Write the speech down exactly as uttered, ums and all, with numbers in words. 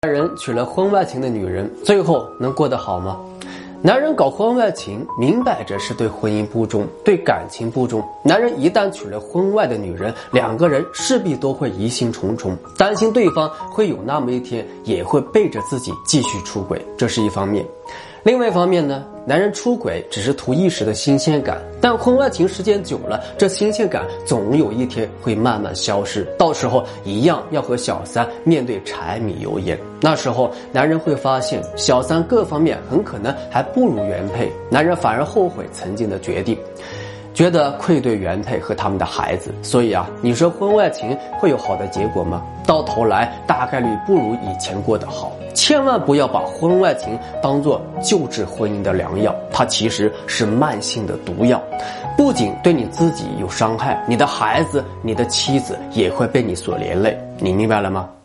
男人娶了婚外情的女人，最后能过得好吗？男人搞婚外情，明摆着是对婚姻不忠，对感情不忠。男人一旦娶了婚外的女人，两个人势必都会疑心重重，担心对方会有那么一天也会背着自己继续出轨，这是一方面。另外一方面呢，男人出轨只是图一时的新鲜感，但婚外情时间久了，这新鲜感总有一天会慢慢消失，到时候一样要和小三面对柴米油盐。那时候男人会发现小三各方面很可能还不如原配，男人反而后悔曾经的决定，觉得愧对原配和他们的孩子。所以啊，你说婚外情会有好的结果吗？到头来大概率不如以前过得好。千万不要把婚外情当作救治婚姻的良药，它其实是慢性的毒药，不仅对你自己有伤害，你的孩子、你的妻子也会被你所连累。你明白了吗？